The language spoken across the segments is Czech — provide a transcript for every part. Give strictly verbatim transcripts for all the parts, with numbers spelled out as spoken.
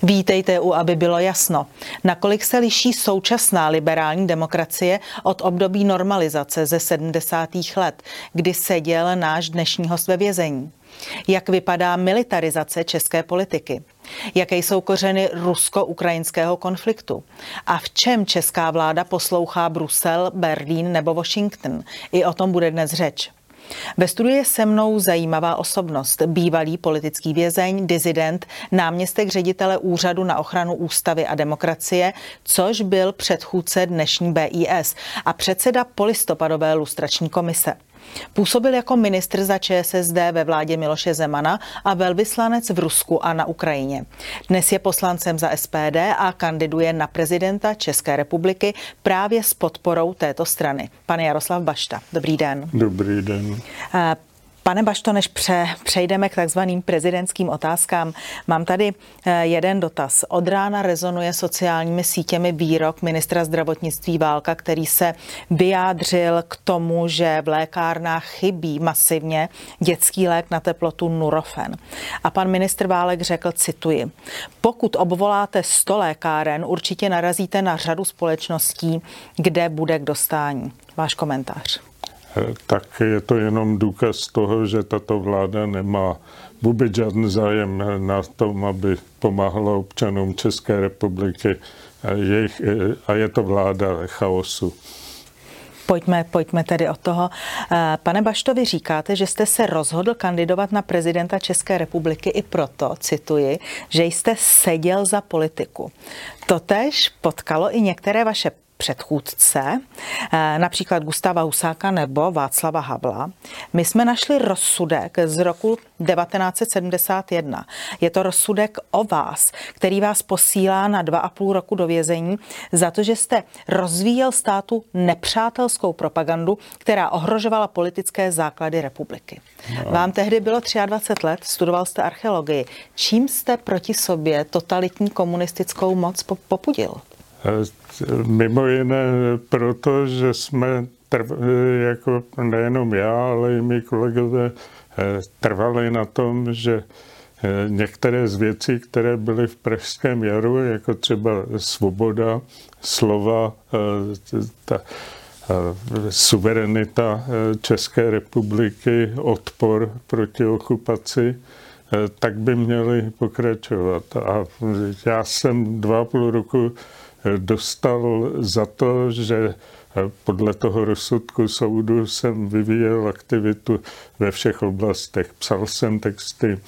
Vítejte u Aby bylo jasno. Nakolik se liší současná liberální demokracie od období normalizace ze sedmdesátých let, kdy seděl náš dnešní host ve vězení? Jak vypadá militarizace české politiky? Jaké jsou kořeny rusko-ukrajinského konfliktu? A v čem česká vláda poslouchá Brusel, Berlín nebo Washington? I o tom bude dnes řeč. Ve studiu je se mnou zajímavá osobnost, bývalý politický vězeň, disident, náměstek ředitele Úřadu na ochranu ústavy a demokracie, což byl předchůdce dnešní B I S a předseda polistopadové lustrační komise. Působil jako ministr za Č S S D ve vládě Miloše Zemana a velvyslanec v Rusku a na Ukrajině. Dnes je poslancem za S P D a kandiduje na prezidenta České republiky právě s podporou této strany. Pane Jaroslav Bašta, dobrý den. Dobrý den. Pane Bašto, než pře, přejdeme k takzvaným prezidentským otázkám, mám tady jeden dotaz. Od rána rezonuje sociálními sítěmi výrok ministra zdravotnictví Válka, který se vyjádřil k tomu, že v lékárnách chybí masivně dětský lék na teplotu Nurofen. A pan ministr Válek řekl, cituji, pokud obvoláte sto lékáren, určitě narazíte na řadu společností, kde bude k dostání. Váš komentář. Tak je to jenom důkaz toho, že tato vláda nemá vůbec žádný zájem na tom, aby pomáhala občanům České republiky. A je to vláda chaosu. Pojďme, pojďme tedy od toho. Pane Bašto, vy říkáte, že jste se rozhodl kandidovat na prezidenta České republiky i proto, cituji, že jste seděl za politiku. Totéž potkalo i některé vaše předchůdce, například Gustáva Husáka nebo Václava Havla. My jsme našli rozsudek z roku devatenáct set sedmdesát jedna. Je to rozsudek o vás, který vás posílá na dva a půl roku do vězení za to, že jste rozvíjel státu nepřátelskou propagandu, která ohrožovala politické základy republiky. No. Vám tehdy bylo dvacet tři let, studoval jste archeologii. Čím jste proti sobě totalitní komunistickou moc popudil? Mimo jiné proto, že jsme trv, jako nejenom já, ale i mý kolegové trvali na tom, že některé z věcí, které byly v Pražském jaru, jako třeba svoboda slova, ta suverenita České republiky, odpor proti okupaci, tak by měly pokračovat. A já jsem dva a půl roku dostal za to, že podle toho rozsudku soudu jsem vyvíjel aktivitu ve všech oblastech. Psal jsem texty,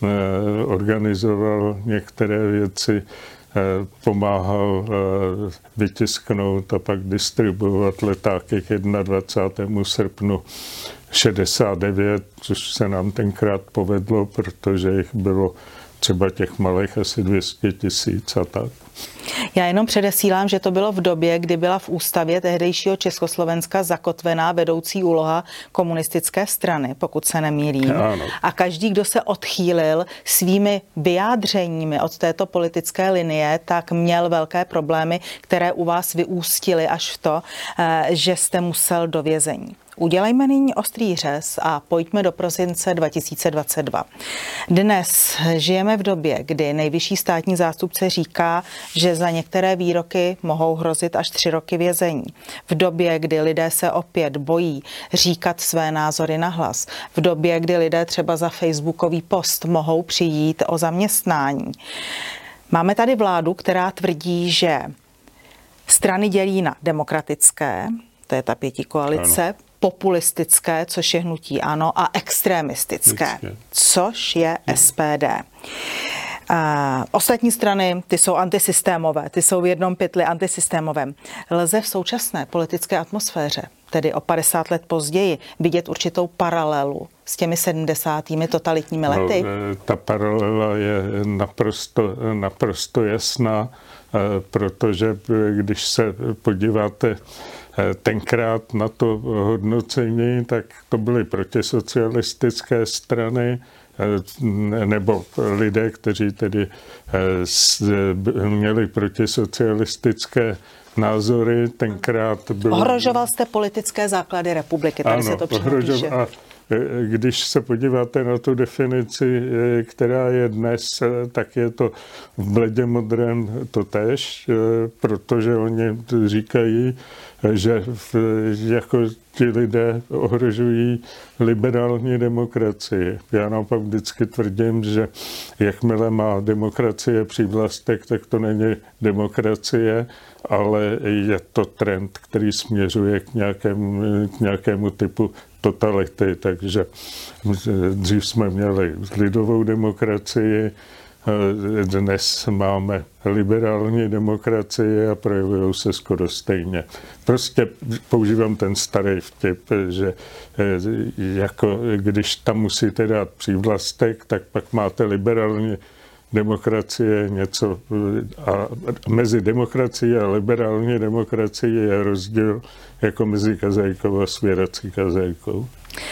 organizoval některé věci, pomáhal vytisknout a pak distribuovat letáky k dvacátému prvnímu srpnu šedesát devět, což se nám tenkrát povedlo, protože jich bylo třeba těch malých asi dvě stě tisíc a tak. Já jenom předesílám, že to bylo v době, kdy byla v ústavě tehdejšího Československa zakotvená vedoucí úloha komunistické strany, pokud se nemýlím. Ano. A každý, kdo se odchýlil svými vyjádřeními od této politické linie, tak měl velké problémy, které u vás vyústily až v to, že jste musel do vězení. Udělejme nyní ostrý řez a pojďme do prosince dva tisíce dvacet dva. Dnes žijeme v době, kdy nejvyšší státní zástupce říká, že za některé výroky mohou hrozit až tři roky vězení. V době, kdy lidé se opět bojí říkat své názory nahlas. V době, kdy lidé třeba za facebookový post mohou přijít o zaměstnání. Máme tady vládu, která tvrdí, že strany dělí na demokratické, to je ta pětikoalice, ano, populistické, což je hnutí ANO, a extremistické, Vždycky. což je S P D. Uh, ostatní strany, ty jsou antisystémové, ty jsou v jednom pytli antisystémovém. Lze v současné politické atmosféře, tedy o padesát let později, vidět určitou paralelu s těmi sedmdesátými totalitními lety? No, ta paralela je naprosto, naprosto jasná, protože když se podíváte tenkrát na to hodnocení, tak to byly protisocialistické strany, nebo lidé, kteří tedy měli protisocialistické názory, tenkrát bylo... Ohrožoval jste politické základy republiky, tady ano, se to přímo píše. A když se podíváte na tu definici, která je dnes, tak je to v bledě modrém totéž, protože oni říkají, že jako ti lidé ohrožují liberální demokracii. Já naopak vždycky tvrdím, že jakmile má demokracie přívlastek, tak to není demokracie, ale je to trend, který směřuje k nějakému, k nějakému typu totality. Takže dřív jsme měli lidovou demokracii, dnes máme liberální demokracii a projevují se skoro stejně. Prostě používám ten starý vtip, že jako když tam musíte dát přívlastek, tak pak máte liberální demokracie něco a mezi demokracií a liberální demokracií je rozdíl jako mezi kazajkou a svěrací kazajkou.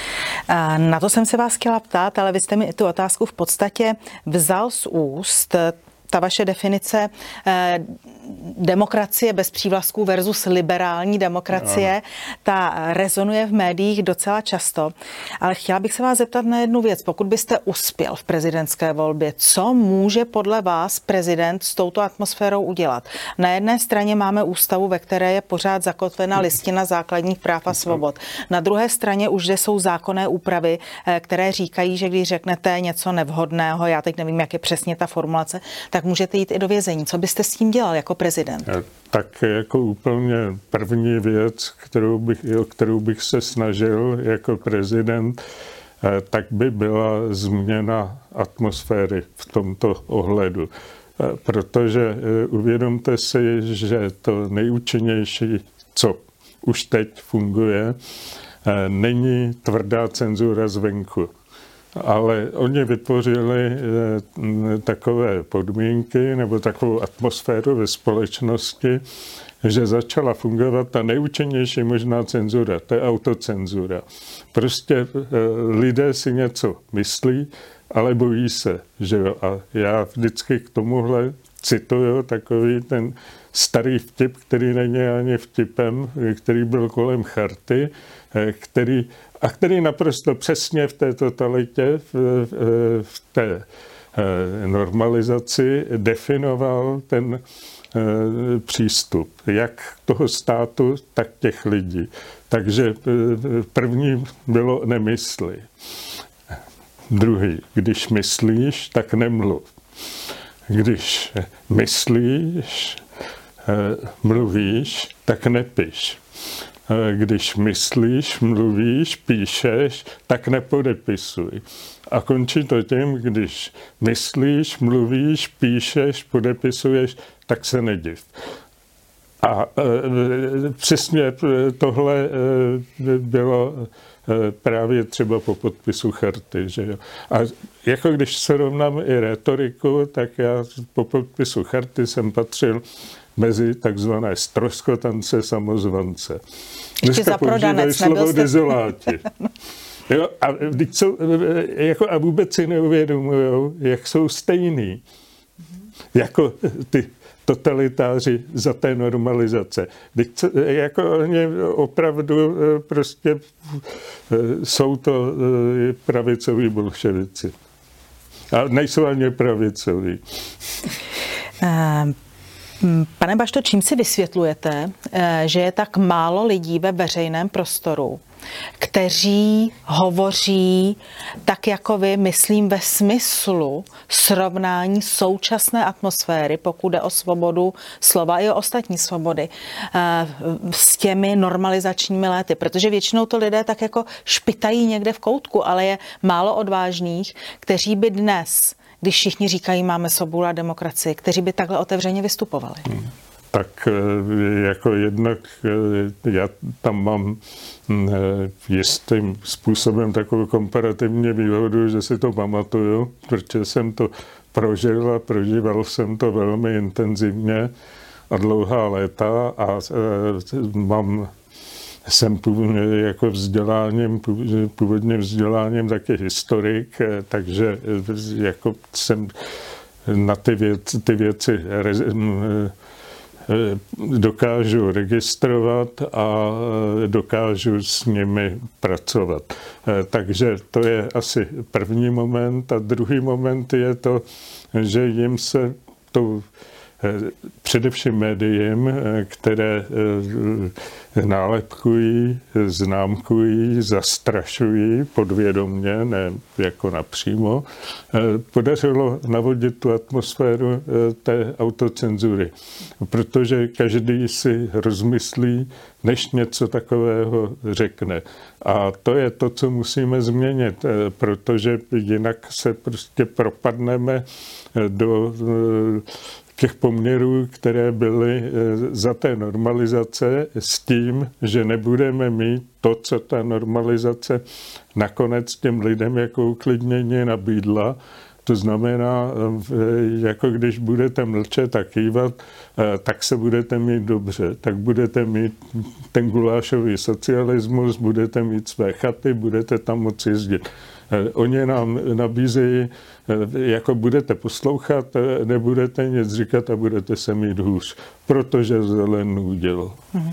Na to jsem se vás chtěla ptát, ale vy jste mi tu otázku v podstatě vzal z úst. Ta vaše definice eh, demokracie bez přívlastků versus liberální demokracie, ano. Ta rezonuje v médiích docela často. Ale chtěla bych se vás zeptat na jednu věc. Pokud byste uspěl v prezidentské volbě, co může podle vás prezident s touto atmosférou udělat? Na jedné straně máme ústavu, ve které je pořád zakotvena listina základních práv a svobod. Na druhé straně už zde jsou zákonné úpravy, které říkají, že když řeknete něco nevhodného, já teď nevím, jak je přesně ta formulace, tak můžete jít i do vězení. Co byste s tím dělal jako prezident? Tak jako úplně první věc, kterou bych, o kterou bych se snažil jako prezident, tak by byla změna atmosféry v tomto ohledu. Protože uvědomte si, že to nejúčinnější, co už teď funguje, není tvrdá cenzura zvenku. Ale oni vytvořili takové podmínky nebo takovou atmosféru ve společnosti, že začala fungovat ta nejúčinnější možná cenzura, to je autocenzura. Prostě lidé si něco myslí, ale bojí se, že jo. A já vždycky k tomuhle cituju takový ten starý vtip, který není ani vtipem, který byl kolem charty, který a který naprosto přesně v té totalitě, v, v té normalizaci definoval ten přístup, jak toho státu, tak těch lidí. Takže první bylo nemysli. Druhý, když myslíš, tak nemluv. Když myslíš, mluvíš, tak nepiš. Když myslíš, mluvíš, píšeš, tak nepodepisuj. A končí to tím, když myslíš, mluvíš, píšeš, podepisuješ, tak se nediv. A e, přesně tohle e, bylo e, právě třeba po podpisu charty. Že jo? A jako když se rovnám i retoriku, tak já po podpisu charty jsem patřil mezi takzvané ztroskotance samozvance. Dneska používají slovo dezoláti. Jo, a, jsou, jako, a vůbec si neuvědomují, jak jsou stejný jako ty totalitáři za té normalizace. Jako oni opravdu prostě jsou to pravicoví bolševici. A nejsou ani pravicoví. Um. Pane Bašto, čím si vysvětlujete, že je tak málo lidí ve veřejném prostoru, kteří hovoří tak jako vy, myslím ve smyslu srovnání současné atmosféry, pokud jde o svobodu slova i o ostatní svobody, s těmi normalizačními léty? Protože většinou to lidé tak jako špitají někde v koutku, ale je málo odvážných, kteří by dnes, když všichni říkají, máme svobodu a demokracii, kteří by takhle otevřeně vystupovali? Hmm. Tak jako jednak já tam mám jistým způsobem takovou komparativní výhodu, že si to pamatuju, protože jsem to prožil a prožíval jsem to velmi intenzivně a dlouhá léta a mám jsem původně jako vzděláním, původně vzděláním taky historik, takže jako jsem na ty věci, ty věci dokážu registrovat a dokážu s nimi pracovat. Takže to je asi první moment. A druhý moment je to, že jim se to především médiím, které nálepkují, známkují, zastrašují podvědomně, ne jako napřímo, podařilo navodit tu atmosféru té autocenzury. Protože každý si rozmyslí, než něco takového řekne. A to je to, co musíme změnit, protože jinak se prostě propadneme do těch poměrů, které byly za té normalizace, s tím, že nebudeme mít to, co ta normalizace nakonec těm lidem jako uklidnění nabídla. To znamená, jako když budete mlčet a kývat, tak se budete mít dobře. Tak budete mít ten gulášový socialismus, budete mít své chaty, budete tam moci jezdit. Oni nám nabízejí, jako budete poslouchat, nebudete nic říkat a budete se mít hůř, protože zelený udělal. Mm-hmm.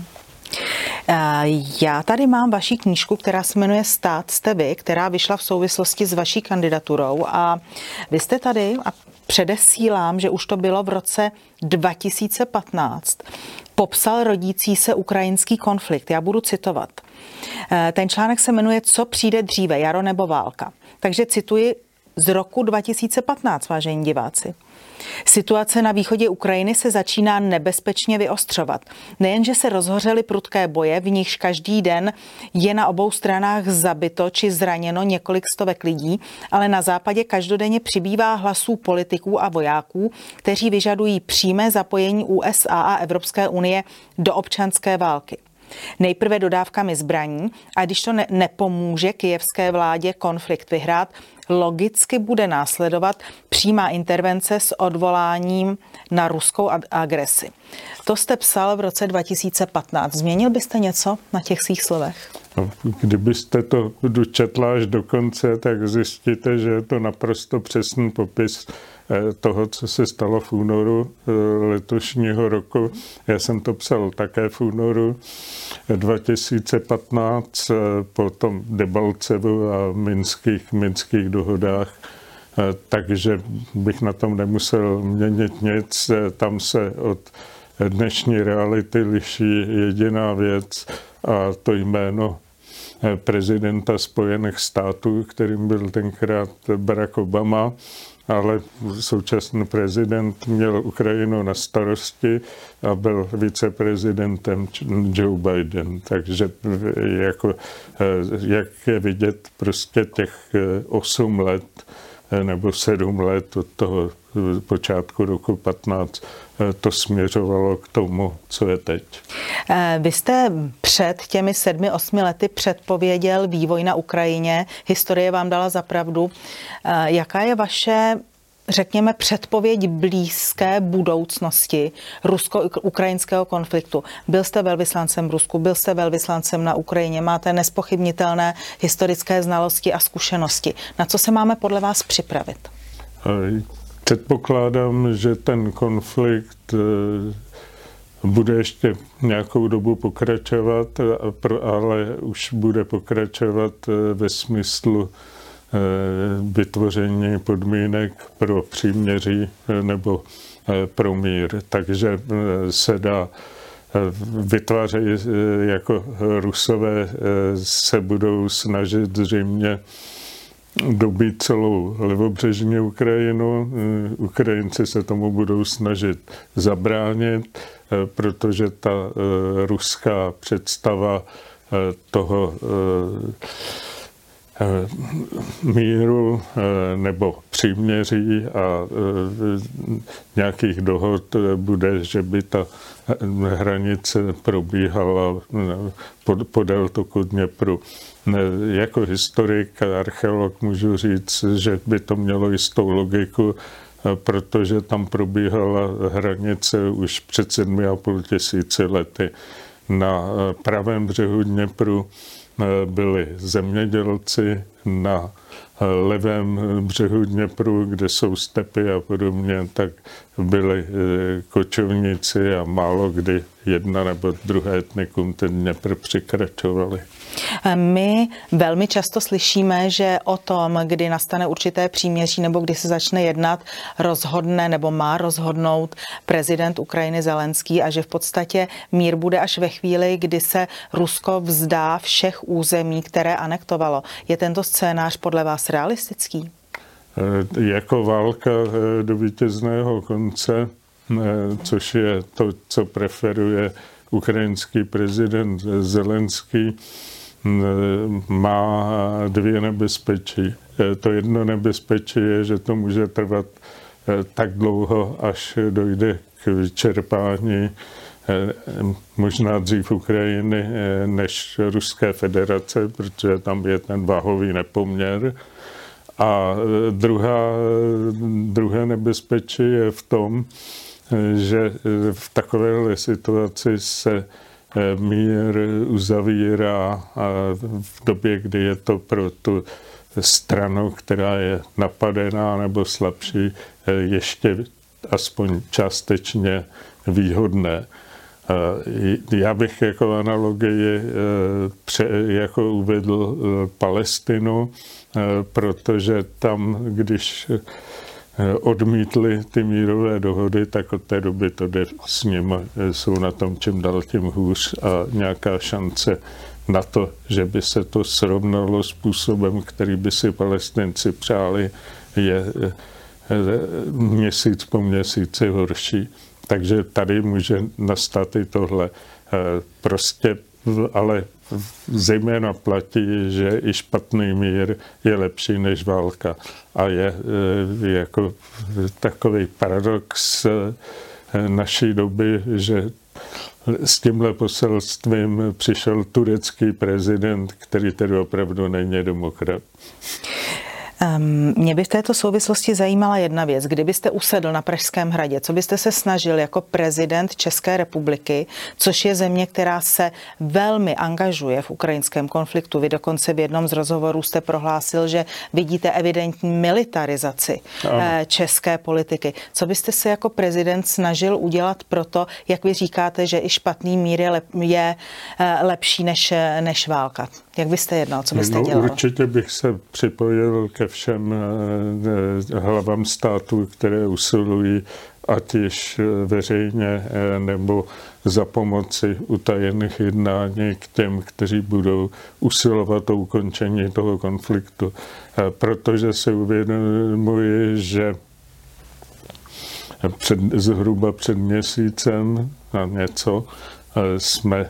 Já tady mám vaši knížku, která se jmenuje Stát jste vy, která vyšla v souvislosti s vaší kandidaturou a vy jste tady, a předesílám, že už to bylo v roce dva tisíce patnáct, popsal rodící se ukrajinský konflikt. Já budu citovat. Ten článek se jmenuje Co přijde dříve, jaro nebo válka. Takže cituji z roku dva tisíce patnáct, vážení diváci. Situace na východě Ukrajiny se začíná nebezpečně vyostřovat. Nejenže se rozhořely prudké boje, v nichž každý den je na obou stranách zabito či zraněno několik stovek lidí, ale na západě každodenně přibývá hlasů politiků a vojáků, kteří vyžadují přímé zapojení U S A a Evropské unie do občanské války. Nejprve dodávkami zbraní a když to ne- nepomůže kyjevské vládě konflikt vyhrát, logicky bude následovat přímá intervence s odvoláním na ruskou agresi. To jste psal v roce dva tisíce patnáct. Změnil byste něco na těch svých slovech? No, kdybyste to dočetla až do konce, tak zjistíte, že je to naprosto přesný popis toho, co se stalo v únoru letošního roku. Já jsem to psal také v únoru dva tisíce patnáct po tom Debalcevu a minských, minských dohodách, takže bych na tom nemusel měnit nic. Tam se od dnešní reality liší jediná věc a to jméno prezidenta Spojených států, kterým byl tenkrát Barack Obama, ale současný prezident měl Ukrajinu na starosti a byl viceprezidentem Joe Biden. Takže jako, jak je vidět, prostě těch osm let nebo sedm let od toho počátku roku patnáct to směřovalo k tomu, co je teď. Vy jste před těmi sedmi, osmi lety předpověděl vývoj na Ukrajině. Historie vám dala za pravdu. Jaká je vaše, řekněme, předpověď blízké budoucnosti rusko-ukrajinského konfliktu? Byl jste velvyslancem v Rusku, byl jste velvyslancem na Ukrajině, máte nespochybnitelné historické znalosti a zkušenosti. Na co se máme podle vás připravit? Předpokládám, že ten konflikt bude ještě nějakou dobu pokračovat, ale už bude pokračovat ve smyslu vytvoření podmínek pro příměří nebo pro mír. Takže se dá vytvářet, jako Rusové se budou snažit zřejmě dobít celou levobřežní Ukrajinu. Ukrajinci se tomu budou snažit zabránit, protože ta ruská představa toho míru nebo příměří a nějakých dohod bude, že by ta hranice probíhala podél toku Dněpru. Jako historik a archeolog můžu říct, že by to mělo jistou logiku, protože tam probíhala hranice už před sedmi a půl tisíci lety. Na pravém břehu Dněpru byli zemědělci, na levém břehu Dněpru, kde jsou stepy a podobně, tak byli kočovníci a málo kdy jedna nebo druhé etnikum ten Dněpr překračovali. My velmi často slyšíme, že o tom, kdy nastane určité příměří nebo kdy se začne jednat, rozhodne nebo má rozhodnout prezident Ukrajiny Zelenský a že v podstatě mír bude až ve chvíli, kdy se Rusko vzdá všech území, které anektovalo. Je tento scénář podle vás realistický? Jako válka do vítězného konce, což je to, co preferuje ukrajinský prezident Zelenský, má dvě nebezpečí. To jedno nebezpečí je, že to může trvat tak dlouho, až dojde k vyčerpání možná dřív Ukrajiny než Ruské federace, protože tam je ten váhový nepoměr. A druhá, druhé nebezpečí je v tom, že v takovéhle situaci se mír uzavírá v době, kdy je to pro tu stranu, která je napadená nebo slabší, ještě aspoň částečně výhodné. Já bych jako analogii jako uvedl Palestinu, protože tam, když odmítli ty mírové dohody, tak od té doby to jde s nimi, jsou na tom čím dál tím hůř a nějaká šance na to, že by se to srovnalo způsobem, který by si Palestinci přáli, je měsíc po měsíci horší. Takže tady může nastat i tohle. Prostě, ale zejména platí, že i špatný mír je lepší než válka. A je jako takový paradox naší doby, že s tímhle poselstvím přišel turecký prezident, který tedy opravdu není demokrat. Um, mě by v této souvislosti zajímala jedna věc. Kdybyste usedl na Pražském hradě, co byste se snažil jako prezident České republiky, což je země, která se velmi angažuje v ukrajinském konfliktu. Vy dokonce v jednom z rozhovorů jste prohlásil, že vidíte evidentní militarizaci ano. české politiky. Co byste se jako prezident snažil udělat proto, jak vy říkáte, že i špatný mír je, lep, je lepší než, než válka? Jak byste jednal? Co byste no, dělal? Určitě bych se připojil ke všem hlavám států, které usilují ať již veřejně nebo za pomoci utajených jednání k těm, kteří budou usilovat o ukončení toho konfliktu. Protože si uvědomuji, že před, zhruba před měsícem a něco jsme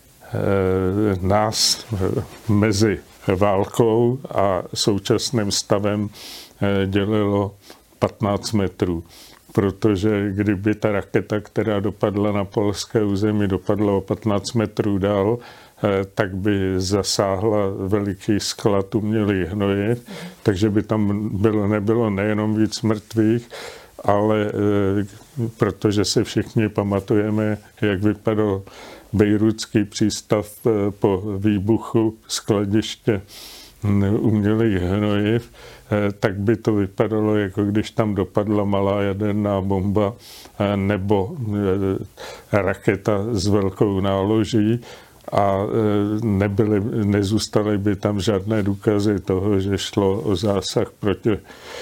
nás mezi válkou a současným stavem dělilo patnáct metrů. Protože kdyby ta raketa, která dopadla na polské území, dopadla o patnáct metrů dál, tak by zasáhla veliký sklad umělých hnojiv, takže by tam bylo, nebylo nejenom víc mrtvých, ale protože se všichni pamatujeme, jak vypadal bejrutský přístav po výbuchu skladiště umělých hnojiv, tak by to vypadalo, jako když tam dopadla malá jaderná bomba nebo raketa s velkou náloží a nebyly, nezůstaly by tam žádné důkazy toho, že šlo o zásah proti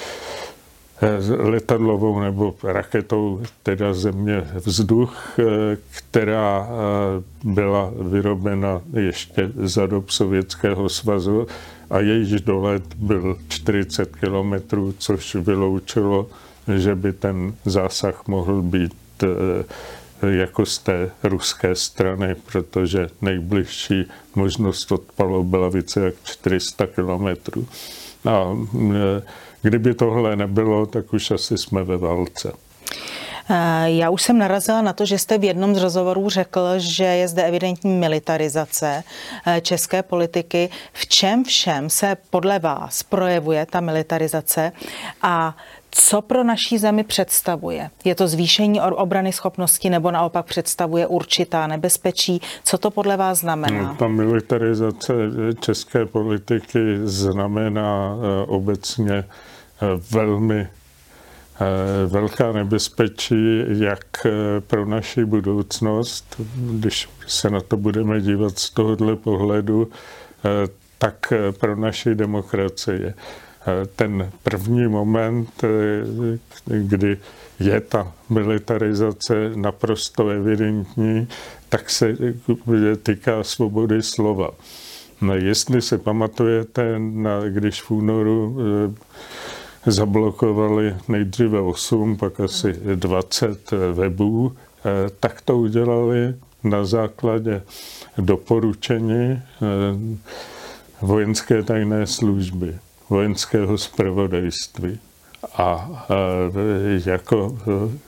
letadlovou nebo raketou, teda země vzduch, která byla vyrobena ještě za dob Sovětského svazu a jejíž dolet byl čtyřicet kilometrů, což vyloučilo, že by ten zásah mohl být jako z té ruské strany, protože nejbližší možnost odpalu byla více jak čtyři sta kilometrů. A kdyby tohle nebylo, tak už asi jsme ve válce. Já už jsem narazila na to, že jste v jednom z rozhovorů řekl, že je zde evidentní militarizace české politiky. V čem všem se podle vás projevuje ta militarizace a Co pro naší zemi představuje? Je to zvýšení obrany schopnosti nebo naopak představuje určitá nebezpečí? Co to podle vás znamená? Ta militarizace české politiky znamená obecně velmi velká nebezpečí, jak pro naši budoucnost, když se na to budeme dívat z tohohle pohledu, tak pro naši demokracii. Ten první moment, kdy je ta militarizace naprosto evidentní, tak se týká svobody slova. No, jestli se pamatujete, když v únoru zablokovali nejdříve osm, pak asi dvacet webů, tak to udělali na základě doporučení vojenské tajné služby, vojenského zpravodajství. A jako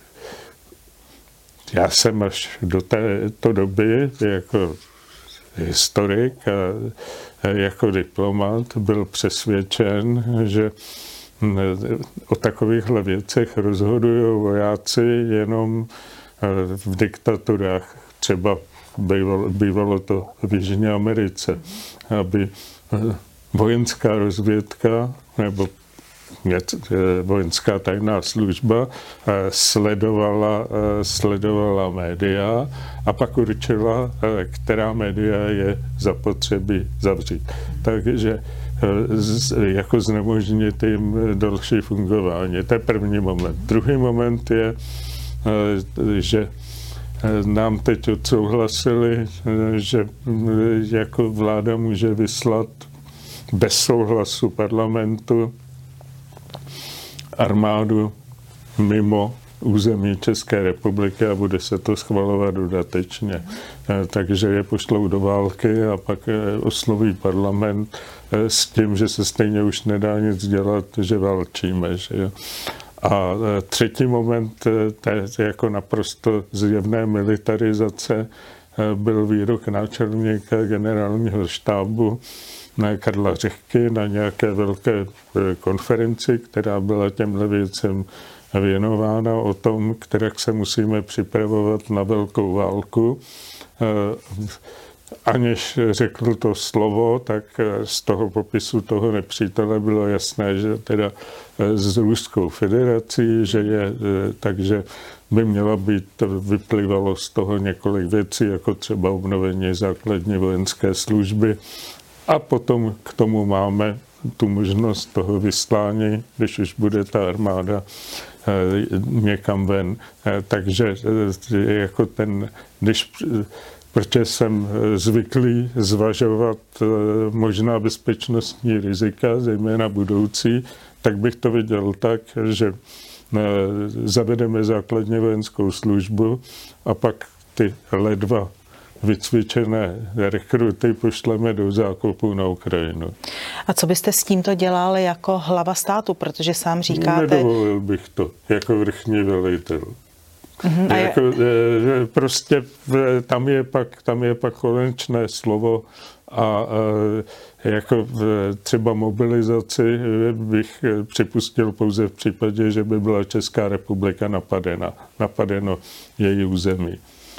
já jsem až do této doby jako historik a jako diplomat byl přesvědčen, že o takovýchhle věcech rozhodují vojáci jenom v diktaturách. Třeba bývalo, bývalo to v Jižní Americe, aby vojenská rozvědka nebo vojenská tajná služba sledovala, sledovala média a pak určila, která média je zapotřebí zavřít. Takže jako znemožnit jim další fungování. To je první moment. Druhý moment je, že nám teď odsouhlasili, že jako vláda může vyslat bez souhlasu parlamentu armádu mimo území České republiky a bude se to schvalovat dodatečně. Takže je pošlou do války a pak osloví parlament s tím, že se stejně už nedá nic dělat, že válčíme. Že jo. A třetí moment té jako naprosto zjevné militarizace byl výrok náčelníka generálního štábu Karla Řehky na nějaké velké konferenci, která byla těmhle věcem věnována o tom, kterak se musíme připravovat na velkou válku. Aniž řekl to slovo, tak z toho popisu toho nepřítele bylo jasné, že teda s Ruskou federací, že je, takže by měla být, vyplývalo z toho několik věcí, jako třeba obnovení základní vojenské služby. A potom k tomu máme tu možnost toho vyslání, když už bude ta armáda někam ven. Takže jako ten, když, protože jsem zvyklý zvažovat možná bezpečnostní rizika, zejména budoucí, tak bych to viděl tak, že zavedeme základně vojenskou službu a pak ty ledva vycvičené rekruty pošleme do zákopu na Ukrajinu. A co byste s tímto dělal jako hlava státu, protože sám říkáte... Nedovolil bych to jako vrchní velitel. Mm-hmm, jako, je... Prostě tam je pak, tam je pak konečné slovo a jako třeba mobilizaci bych připustil pouze v případě, že by byla Česká republika napadena, napadeno její území.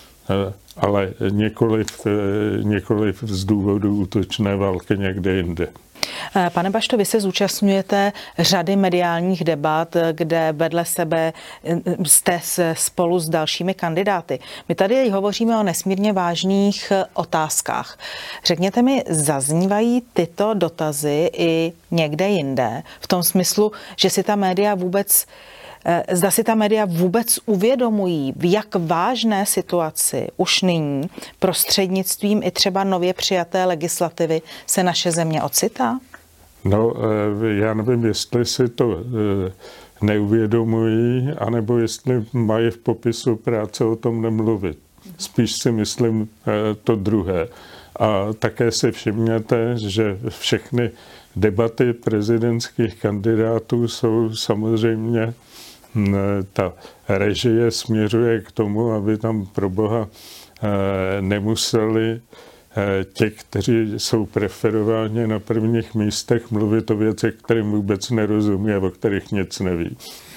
Ale nikoliv, nikoliv z důvodu útočné války někde jinde. Pane Bašto, vy se zúčastňujete řady mediálních debat, kde vedle sebe jste spolu s dalšími kandidáty. My tady hovoříme o nesmírně vážných otázkách. Řekněte mi, zaznívají tyto dotazy i někde jinde? V tom smyslu, že si ta média vůbec Zda si ta média vůbec uvědomují, v jak vážné situaci už nyní prostřednictvím i třeba nově přijaté legislativy se naše země ocitá? No, já nevím, jestli si to neuvědomují, anebo jestli mají v popisu práce o tom nemluvit. Spíš si myslím to druhé. A také si všimněte, že všechny debaty prezidentských kandidátů jsou samozřejmě, ta režie směřuje k tomu, aby tam pro boha nemuseli ti, kteří jsou preferováni na prvních místech, mluvit o věcech, kterým vůbec nerozumí a o kterých nic neví.